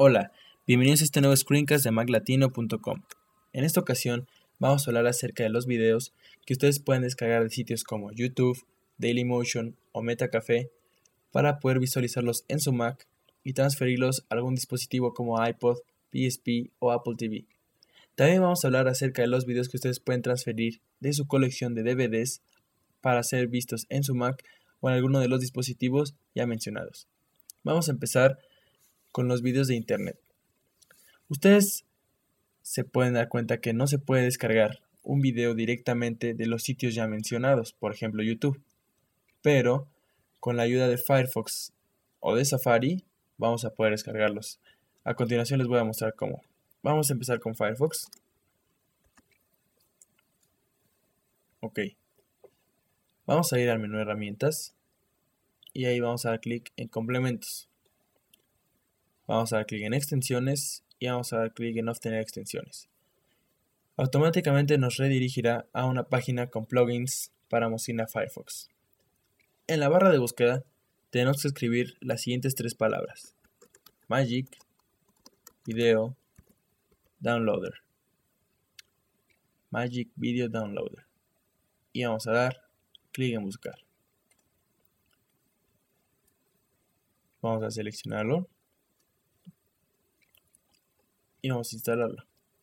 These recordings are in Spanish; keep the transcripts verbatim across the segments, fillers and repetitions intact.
Hola, bienvenidos a este nuevo screencast de mac latino punto com. En esta ocasión vamos a hablar acerca de los videos que ustedes pueden descargar de sitios como YouTube, Dailymotion o Metacafé para poder visualizarlos en su Mac y transferirlos a algún dispositivo como iPod, P S P o Apple T V. También vamos a hablar acerca de los videos que ustedes pueden transferir de su colección de D V Ds para ser vistos en su Mac o en alguno de los dispositivos ya mencionados. Vamos a empezar con los videos de internet. Ustedes se pueden dar cuenta que no se puede descargar un video directamente de los sitios ya mencionados, por ejemplo YouTube, pero con la ayuda de Firefox o de Safari vamos a poder descargarlos. A continuación les voy a mostrar cómo. Vamos a empezar con Firefox. Ok. Vamos a ir al menú herramientas y ahí vamos a dar clic en complementos. Vamos a dar clic en extensiones y vamos a dar clic en obtener extensiones. Automáticamente nos redirigirá a una página con plugins para Mozilla Firefox. En la barra de búsqueda tenemos que escribir las siguientes tres palabras: Magic Video Downloader. Magic Video Downloader. Y vamos a dar clic en buscar. Vamos a seleccionarlo y vamos a instalarlo.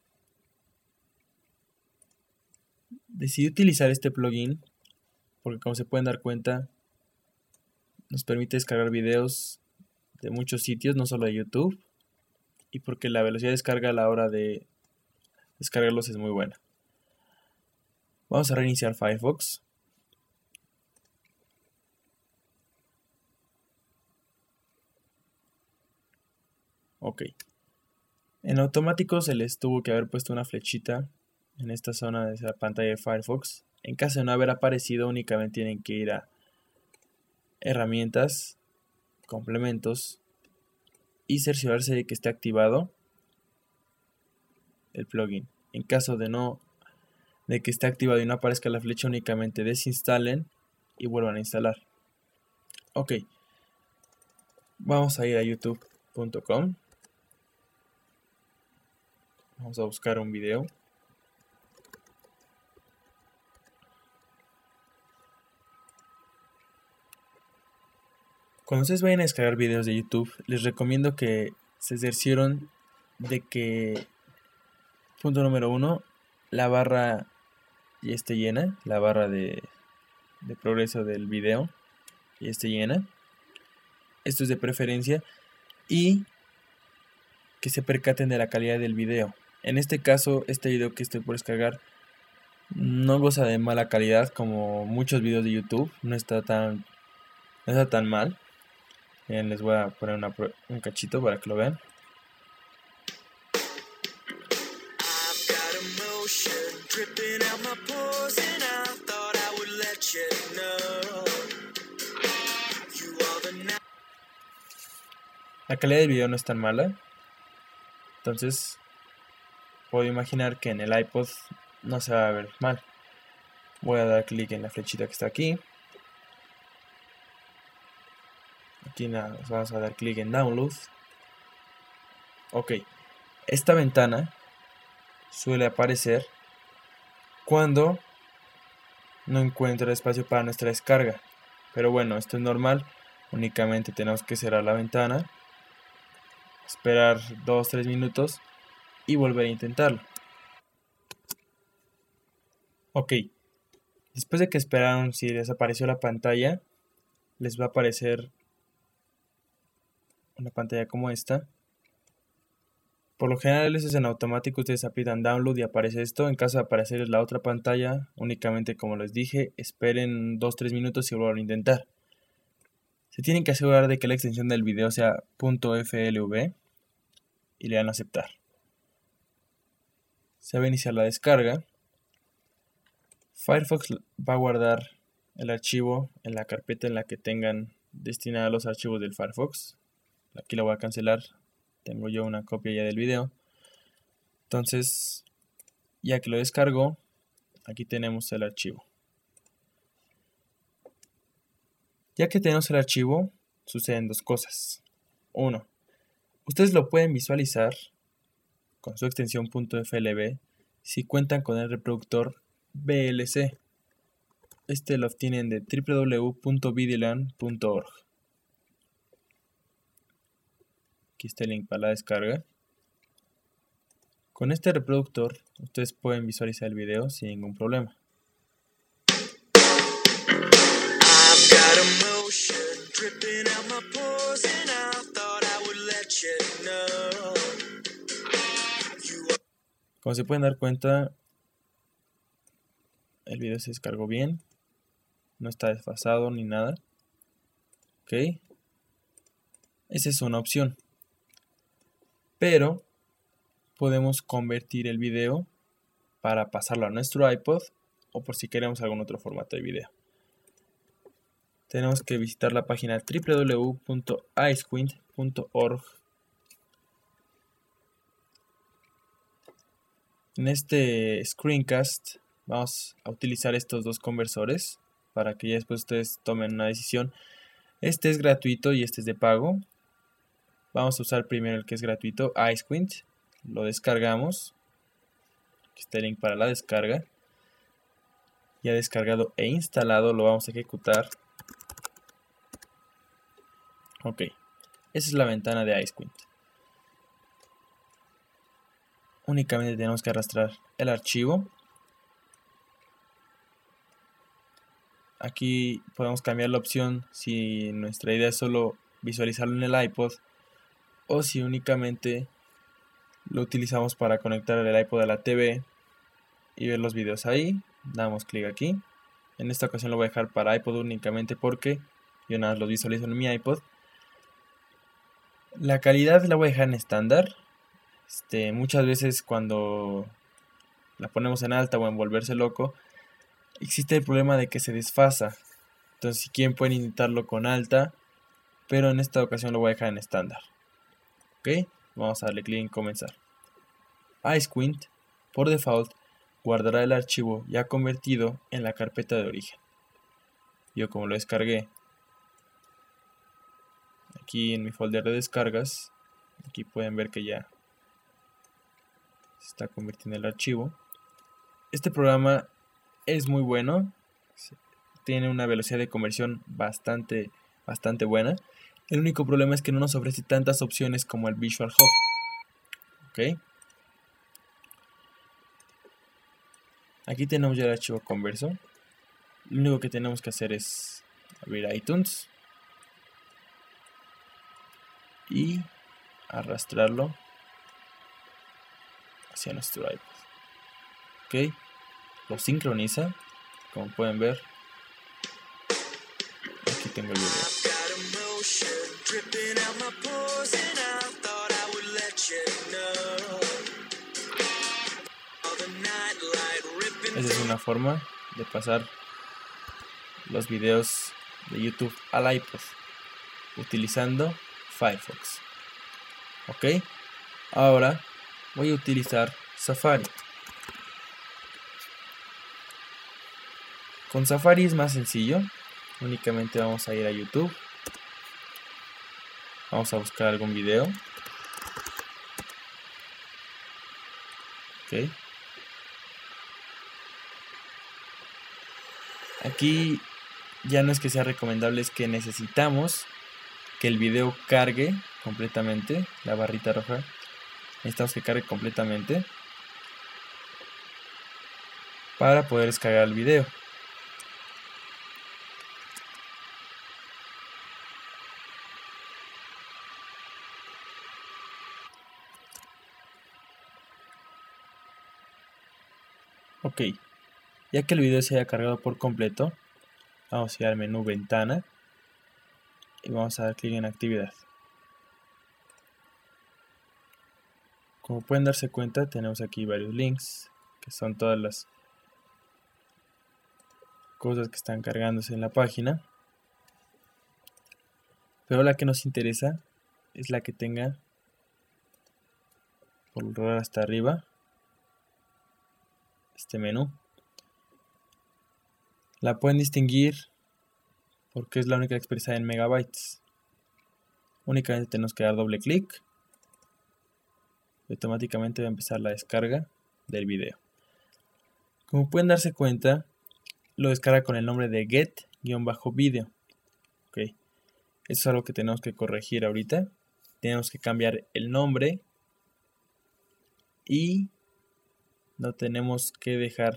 Decidí utilizar este plugin porque, como se pueden dar cuenta, nos permite descargar videos de muchos sitios, no solo de YouTube, y porque la velocidad de descarga a la hora de descargarlos es muy buena. Vamos a reiniciar Firefox. Ok. En automático se les tuvo que haber puesto una flechita en esta zona de la pantalla de Firefox. En caso de no haber aparecido, únicamente tienen que ir a herramientas, complementos y cerciorarse de que esté activado el plugin. En caso de no de que esté activado y no aparezca la flecha, únicamente desinstalen y vuelvan a instalar. Ok, vamos a ir a youtube punto com. Vamos a buscar un video. Cuando ustedes vayan a descargar videos de YouTube, les recomiendo que se cercioren de que, punto número uno, la barra ya esté llena, la barra de, de progreso del video ya esté llena. Esto es de preferencia. Y que se percaten de la calidad del video. En este caso, este video que estoy por descargar no goza de mala calidad como muchos videos de YouTube. No está tan, no está tan mal. Bien, les voy a poner una, un cachito para que lo vean. La calidad del video no es tan mala. Entonces puedo imaginar que en el iPod no se va a ver mal. Voy a dar clic en la flechita que está aquí. Aquí nada, vamos a dar clic en Download. Ok, esta ventana suele aparecer cuando no encuentra espacio para nuestra descarga. Pero bueno, esto es normal. Únicamente tenemos que cerrar la ventana, esperar dos tres minutos y volver a intentarlo. Ok, después de que esperaron, si desapareció la pantalla, les va a aparecer una pantalla como esta. Por lo general eso es en automático, ustedes aprietan download y aparece esto. En caso de aparecer la otra pantalla, únicamente, como les dije, esperen dos tres minutos y vuelvan a intentar. Se tienen que asegurar de que la extensión del video sea .flv y le dan a aceptar. Se va a iniciar la descarga. Firefox va a guardar el archivo en la carpeta en la que tengan destinada los archivos del Firefox. Aquí la voy a cancelar. Tengo yo una copia ya del video. Entonces, ya que lo descargo, aquí tenemos el archivo. Ya que tenemos el archivo, suceden dos cosas. Uno, Ustedes lo pueden visualizar con su extensión .flb si cuentan con el reproductor V L C. Este lo obtienen de w w w punto videolan punto org. Aquí está el link para la descarga. Con este reproductor ustedes pueden visualizar el video sin ningún problema. Como se pueden dar cuenta, el video se descargó bien, no está desfasado ni nada. Ok, esa es una opción, pero podemos convertir el video para pasarlo a nuestro iPod o por si queremos algún otro formato de video. Tenemos que visitar la página w w w punto icequint punto org. En este screencast vamos a utilizar estos dos conversores para que ya después ustedes tomen una decisión. Este es gratuito y este es de pago. Vamos a usar primero el que es gratuito, Icequint. Lo descargamos. Aquí está el link para la descarga. Ya descargado e instalado lo vamos a ejecutar. Ok, esa es la ventana de Icequint. Únicamente tenemos que arrastrar el archivo. Aquí podemos cambiar la opción si nuestra idea es solo visualizarlo en el iPod o si únicamente lo utilizamos para conectar el iPod a la T V y ver los videos ahí. Damos clic aquí. En esta ocasión lo voy a dejar para iPod únicamente porque yo nada más los visualizo en mi iPod. La calidad la voy a dejar en estándar. Este, muchas veces cuando la ponemos en alta o en volverse loco, existe el problema de que se desfasa. Entonces si quieren pueden intentarlo con alta, pero en esta ocasión lo voy a dejar en estándar. Ok, vamos a darle clic en comenzar. Icequint por default guardará el archivo ya convertido en la carpeta de origen. Yo como lo descargué aquí en mi folder de descargas, aquí pueden ver que ya se está convirtiendo el archivo. Este programa es muy bueno, tiene una velocidad de conversión bastante, bastante buena. El único problema es que no nos ofrece tantas opciones como el Visual Hub. Ok. Aquí tenemos ya el archivo converso. Lo único que tenemos que hacer es abrir iTunes y arrastrarlo hacia nuestro iPod. Ok, lo sincroniza, como pueden ver. Aquí tengo el video. Esa es una forma de pasar los videos de YouTube al iPod utilizando Firefox. Ok, ahora voy a utilizar Safari. Con Safari es más sencillo. Únicamente vamos a ir a YouTube. Vamos a buscar algún video. Ok. Aquí ya no es que sea recomendable, es que necesitamos que el video cargue completamente. La barrita roja. Necesitamos que cargue completamente para poder descargar el video. Ok, ya que el video se haya cargado por completo, vamos a ir al menú Ventana y vamos a dar clic en Actividad. Como pueden darse cuenta, tenemos aquí varios links, que son todas las cosas que están cargándose en la página. Pero la que nos interesa es la que tenga, por rolar hasta arriba, este menú. La pueden distinguir porque es la única expresada en megabytes. Únicamente tenemos que dar doble clic y automáticamente va a empezar la descarga del video. Como pueden darse cuenta, lo descarga con el nombre de get-video. Ok, eso es algo que tenemos que corregir ahorita. Tenemos que cambiar el nombre y no tenemos que dejar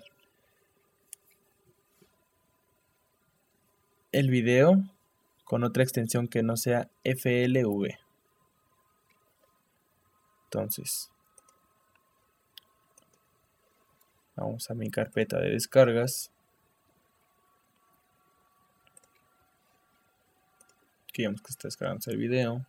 el video con otra extensión que no sea F L V. Entonces, vamos a mi carpeta de descargas. Aquí vemos que está descargando el video.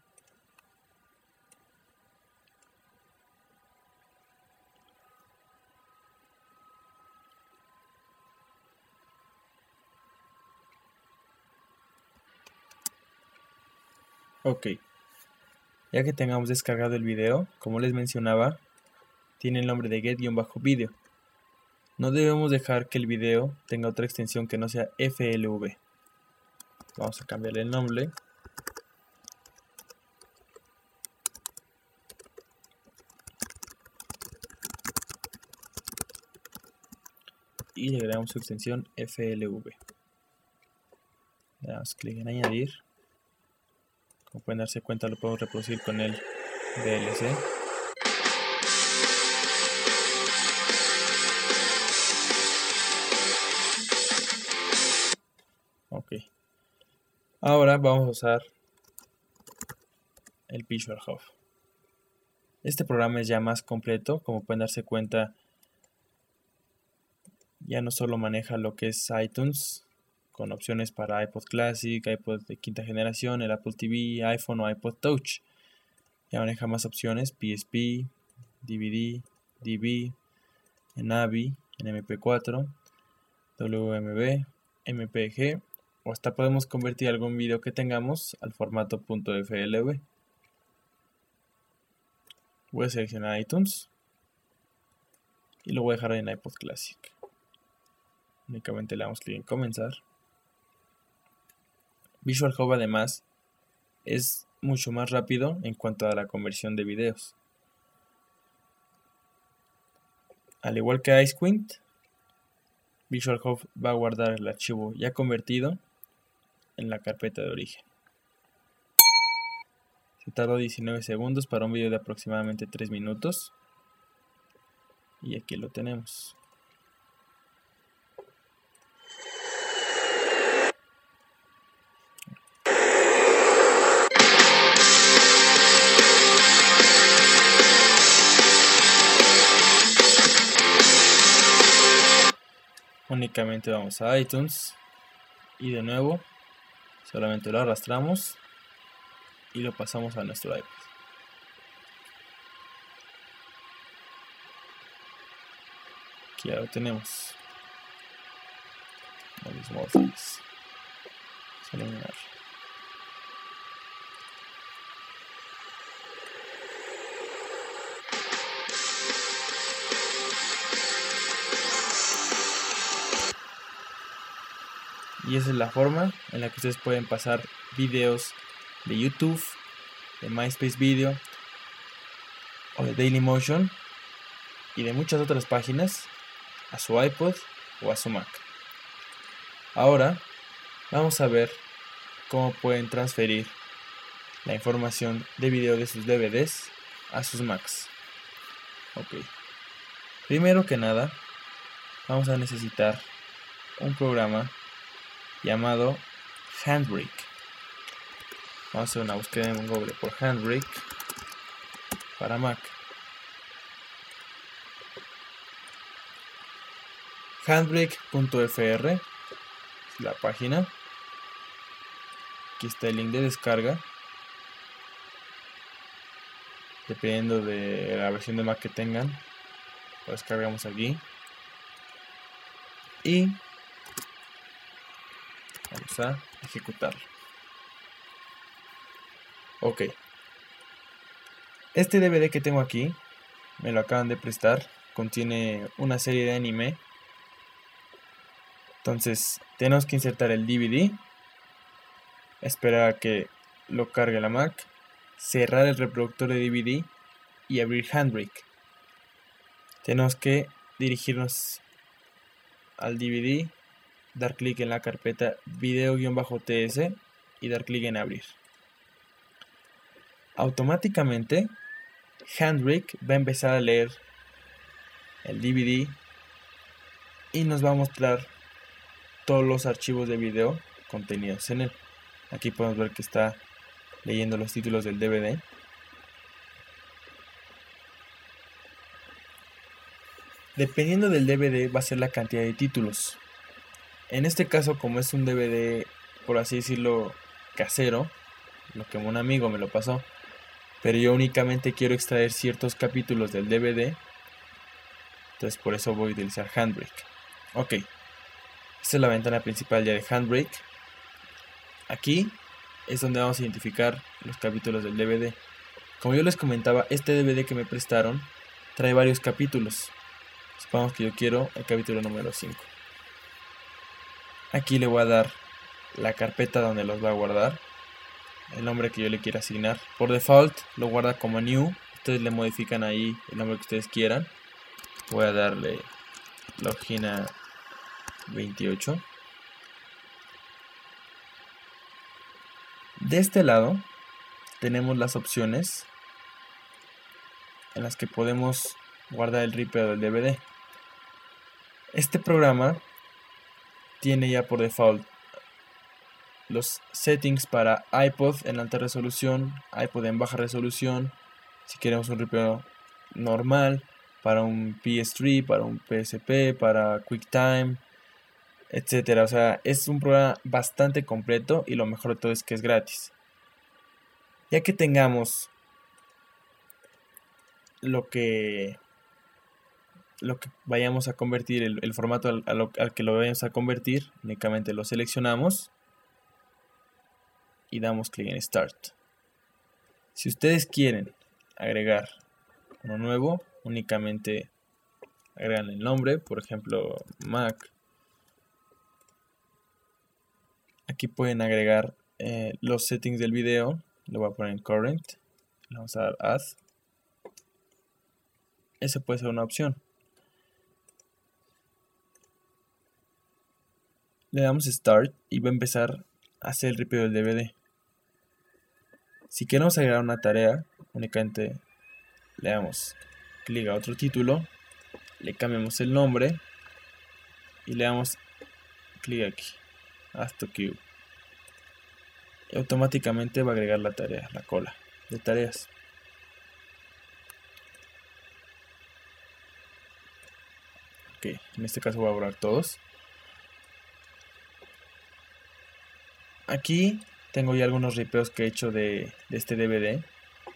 Ok, ya que tengamos descargado el video, como les mencionaba, tiene el nombre de get-video. No debemos dejar que el video tenga otra extensión que no sea F L V. Vamos a cambiarle el nombre. Y le agregamos su extensión F L V. Le damos clic en añadir. Como pueden darse cuenta, lo podemos reproducir con el V L C. Ok. Ahora vamos a usar el Visual Hub. Este programa es ya más completo. Como pueden darse cuenta, ya no solo maneja lo que es iTunes, con opciones para iPod Classic, iPod de quinta generación, el Apple T V, iPhone o iPod Touch. Ya maneja más opciones, P S P, D V D, D V, en A V I, en M P cuatro, W M V, M P G, o hasta podemos convertir algún video que tengamos al formato .flv. Voy a seleccionar iTunes y lo voy a dejar en iPod Classic. Únicamente le damos clic en comenzar. Visual Hub además es mucho más rápido en cuanto a la conversión de videos. Al igual que iSquint, Visual Hub va a guardar el archivo ya convertido en la carpeta de origen. Se tardó diecinueve segundos para un video de aproximadamente tres minutos. Y aquí lo tenemos. Únicamente vamos a iTunes y de nuevo solamente lo arrastramos y lo pasamos a nuestro iPod. Aquí ya lo tenemos. Eliminar. Y esa es la forma en la que ustedes pueden pasar videos de YouTube, de MySpace Video o de Dailymotion y de muchas otras páginas a su iPod o a su Mac. Ahora vamos a ver cómo pueden transferir la información de video de sus D V Ds a sus Macs. Ok. Primero que nada, vamos a necesitar un programa llamado Handbrake. Vamos a hacer una búsqueda en Google por Handbrake para Mac. Handbrake.fr es la página. Aquí está el link de descarga. Dependiendo de la versión de Mac que tengan, lo descargamos aquí. Y vamos a ejecutarlo. Ok. Este D V D que tengo aquí, me lo acaban de prestar. Contiene una serie de anime. Entonces tenemos que insertar el D V D, esperar a que lo cargue la Mac, cerrar el reproductor de D V D y abrir Handbrake. Tenemos que dirigirnos al D V D, dar clic en la carpeta video-ts y dar clic en abrir. Automáticamente Handbrake va a empezar a leer el D V D y nos va a mostrar todos los archivos de video contenidos en él. Aquí podemos ver que está leyendo los títulos del D V D. Dependiendo del D V D va a ser la cantidad de títulos. En este caso, como es un D V D, por así decirlo, casero, lo que un amigo me lo pasó, pero yo únicamente quiero extraer ciertos capítulos del D V D, entonces por eso voy a utilizar Handbrake. Ok, esta es la ventana principal ya de Handbrake. Aquí es donde vamos a identificar los capítulos del D V D. Como yo les comentaba, este D V D que me prestaron trae varios capítulos. Supongamos que yo quiero el capítulo número cinco. Aquí le voy a dar la carpeta donde los va a guardar, el nombre que yo le quiera asignar. Por default lo guarda como new. Ustedes le modifican ahí el nombre que ustedes quieran. Voy a darle Logina veintiocho. De este lado tenemos las opciones en las que podemos guardar el ripeo del D V D. Este programa tiene ya por default los settings para iPod en alta resolución, iPod en baja resolución, si queremos un ripeo normal, para un P S tres, para un P S P, para QuickTime, etcétera. O sea, es un programa bastante completo y lo mejor de todo es que es gratis. Ya que tengamos lo que lo que vayamos a convertir, el, el formato al, al, al que lo vayamos a convertir, únicamente lo seleccionamos y damos clic en Start. Si ustedes quieren agregar uno nuevo, únicamente agregan el nombre, por ejemplo Mac. Aquí pueden agregar eh, los settings del video. Le voy a poner en Current, le vamos a dar Add. Esa puede ser una opción. Le damos Start y va a empezar a hacer el ripeo del D V D. Si queremos agregar una tarea, únicamente le damos clic a otro título, le cambiamos el nombre y le damos clic aquí, Add to Queue. Y automáticamente va a agregar la tarea, la cola de tareas. Ok, en este caso voy a borrar todos. Aquí tengo ya algunos ripeos que he hecho de, de este D V D.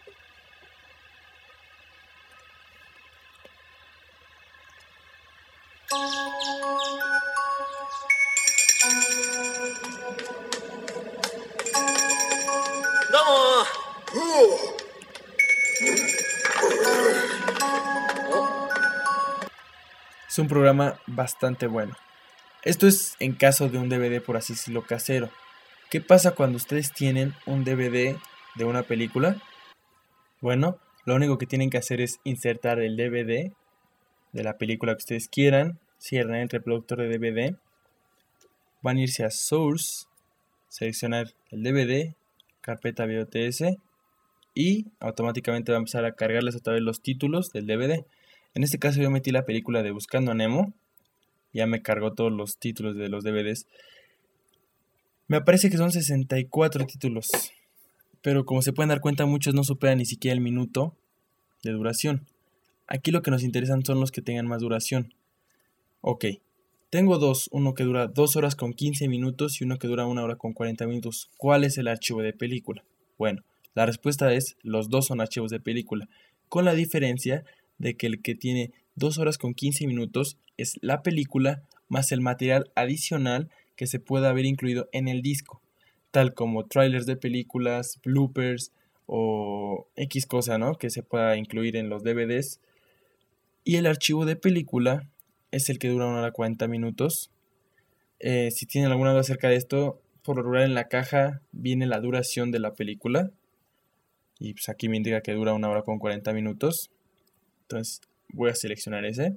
Es un programa bastante bueno. Esto es en caso de un D V D, por así decirlo, casero. ¿Qué pasa cuando ustedes tienen un D V D de una película? Bueno, lo único que tienen que hacer es insertar el D V D de la película que ustedes quieran. Cierran el reproductor de D V D. Van a irse a Source, seleccionar el D V D, carpeta video-ts y automáticamente va a empezar a cargarles otra vez los títulos del D V D. En este caso yo metí la película de Buscando a Nemo. Ya me cargó todos los títulos de los D V Ds. Me parece que son sesenta y cuatro títulos. Pero como se pueden dar cuenta, muchos no superan ni siquiera el minuto de duración. Aquí lo que nos interesan son los que tengan más duración. Ok, tengo dos. Uno que dura dos horas con quince minutos y uno que dura una hora con cuarenta minutos. ¿Cuál es el archivo de película? Bueno, la respuesta es: los dos son archivos de película. Con la diferencia de que el que tiene dos horas con quince minutos es la película más el material adicional que se pueda haber incluido en el disco, tal como trailers de películas, bloopers o X cosa, ¿no?, que se pueda incluir en los D V Ds. Y el archivo de película es el que dura una hora cuarenta minutos. Eh, si tienen alguna duda acerca de esto, por lo regular en la caja viene la duración de la película. y pues aquí me indica que dura una hora con cuarenta minutos. Entonces voy a seleccionar ese.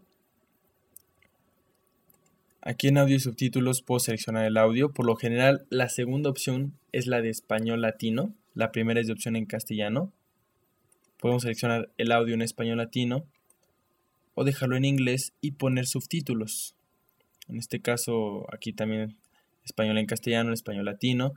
Aquí en audio y subtítulos puedo seleccionar el audio. Por lo general la segunda opción es la de español latino. La primera es de opción en castellano. Podemos seleccionar el audio en español latino o dejarlo en inglés y poner subtítulos. En este caso aquí también español en castellano, español latino.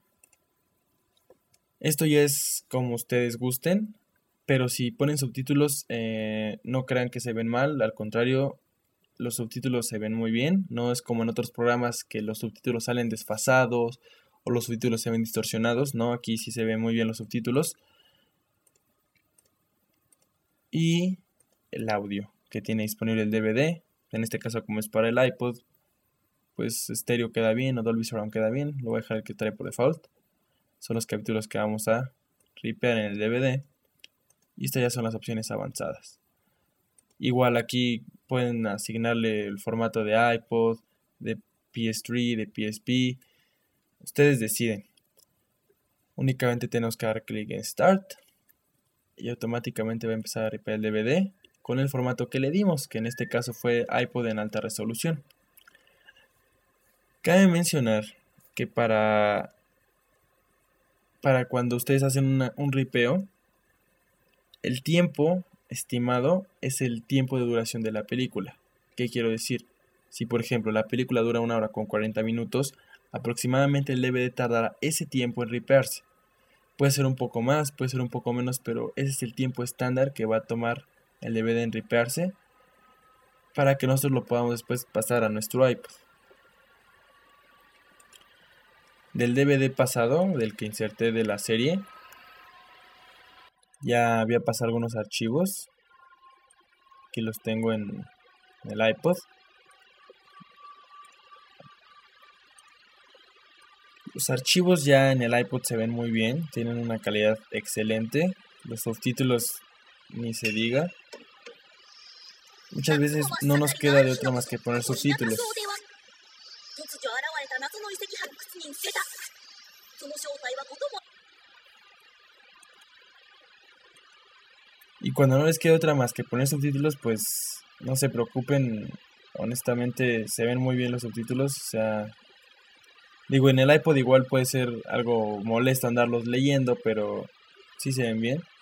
Esto ya es como ustedes gusten, pero si ponen subtítulos eh, no crean que se ven mal, al contrario, los subtítulos se ven muy bien. No es como en otros programas que los subtítulos salen desfasados o los subtítulos se ven distorsionados. No, aquí sí se ven muy bien los subtítulos. Y el audio que tiene disponible el D V D, en este caso como es para el iPod, pues estéreo queda bien o Dolby Surround queda bien. Lo voy a dejar el que trae por default. Son los capítulos que vamos a ripear en el D V D. Y estas ya son las opciones avanzadas. Igual aquí pueden asignarle el formato de iPod, de P S tres, de P S P. Ustedes deciden. Únicamente tenemos que dar clic en Start. Y automáticamente va a empezar a ripear el D V D con el formato que le dimos, que en este caso fue iPod en alta resolución. Cabe mencionar que para, para cuando ustedes hacen una, un ripeo, el tiempo estimado es el tiempo de duración de la película. ¿Qué quiero decir? Si por ejemplo la película dura una hora con cuarenta minutos, aproximadamente el D V D tardará ese tiempo en ripearse. Puede ser un poco más, puede ser un poco menos, pero ese es el tiempo estándar que va a tomar el D V D en ripearse para que nosotros lo podamos después pasar a nuestro iPod. Del D V D pasado, del que inserté de la serie, ya había pasado algunos archivos. Aquí los tengo en, en el iPod. Los archivos ya en el iPod se ven muy bien, tienen una calidad excelente. Los subtítulos ni se diga. Muchas veces no nos queda de otra más que poner subtítulos. Y cuando no les queda otra más que poner subtítulos, pues no se preocupen. Honestamente se ven muy bien los subtítulos. O sea, digo, en el iPod igual puede ser algo molesto andarlos leyendo, pero sí se ven bien.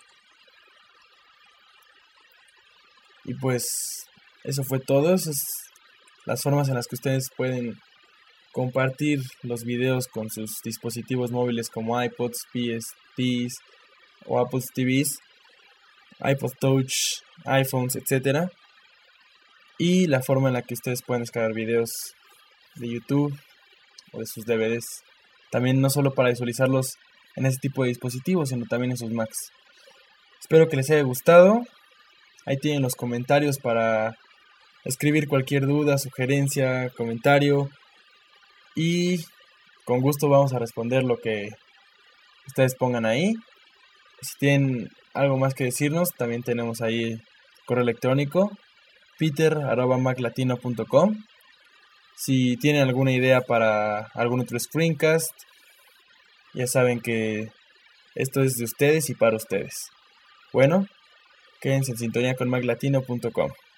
Y pues eso fue todo. Esas las formas en las que ustedes pueden compartir los videos con sus dispositivos móviles como iPods, P S Ps o Apple T Vs, iPod Touch, iPhones, etcétera. Y la forma en la que ustedes pueden descargar videos de YouTube o de sus D V Ds. También no solo para visualizarlos en ese tipo de dispositivos, sino también en sus Macs. Espero que les haya gustado. Ahí tienen los comentarios para escribir cualquier duda, sugerencia, comentario. Y con gusto vamos a responder lo que ustedes pongan ahí. Si tienen algo más que decirnos, también tenemos ahí correo electrónico peter arroba mac latino punto com. Si tienen alguna idea para algún otro screencast, ya saben que esto es de ustedes y para ustedes. Bueno, quédense en sintonía con mac latino punto com.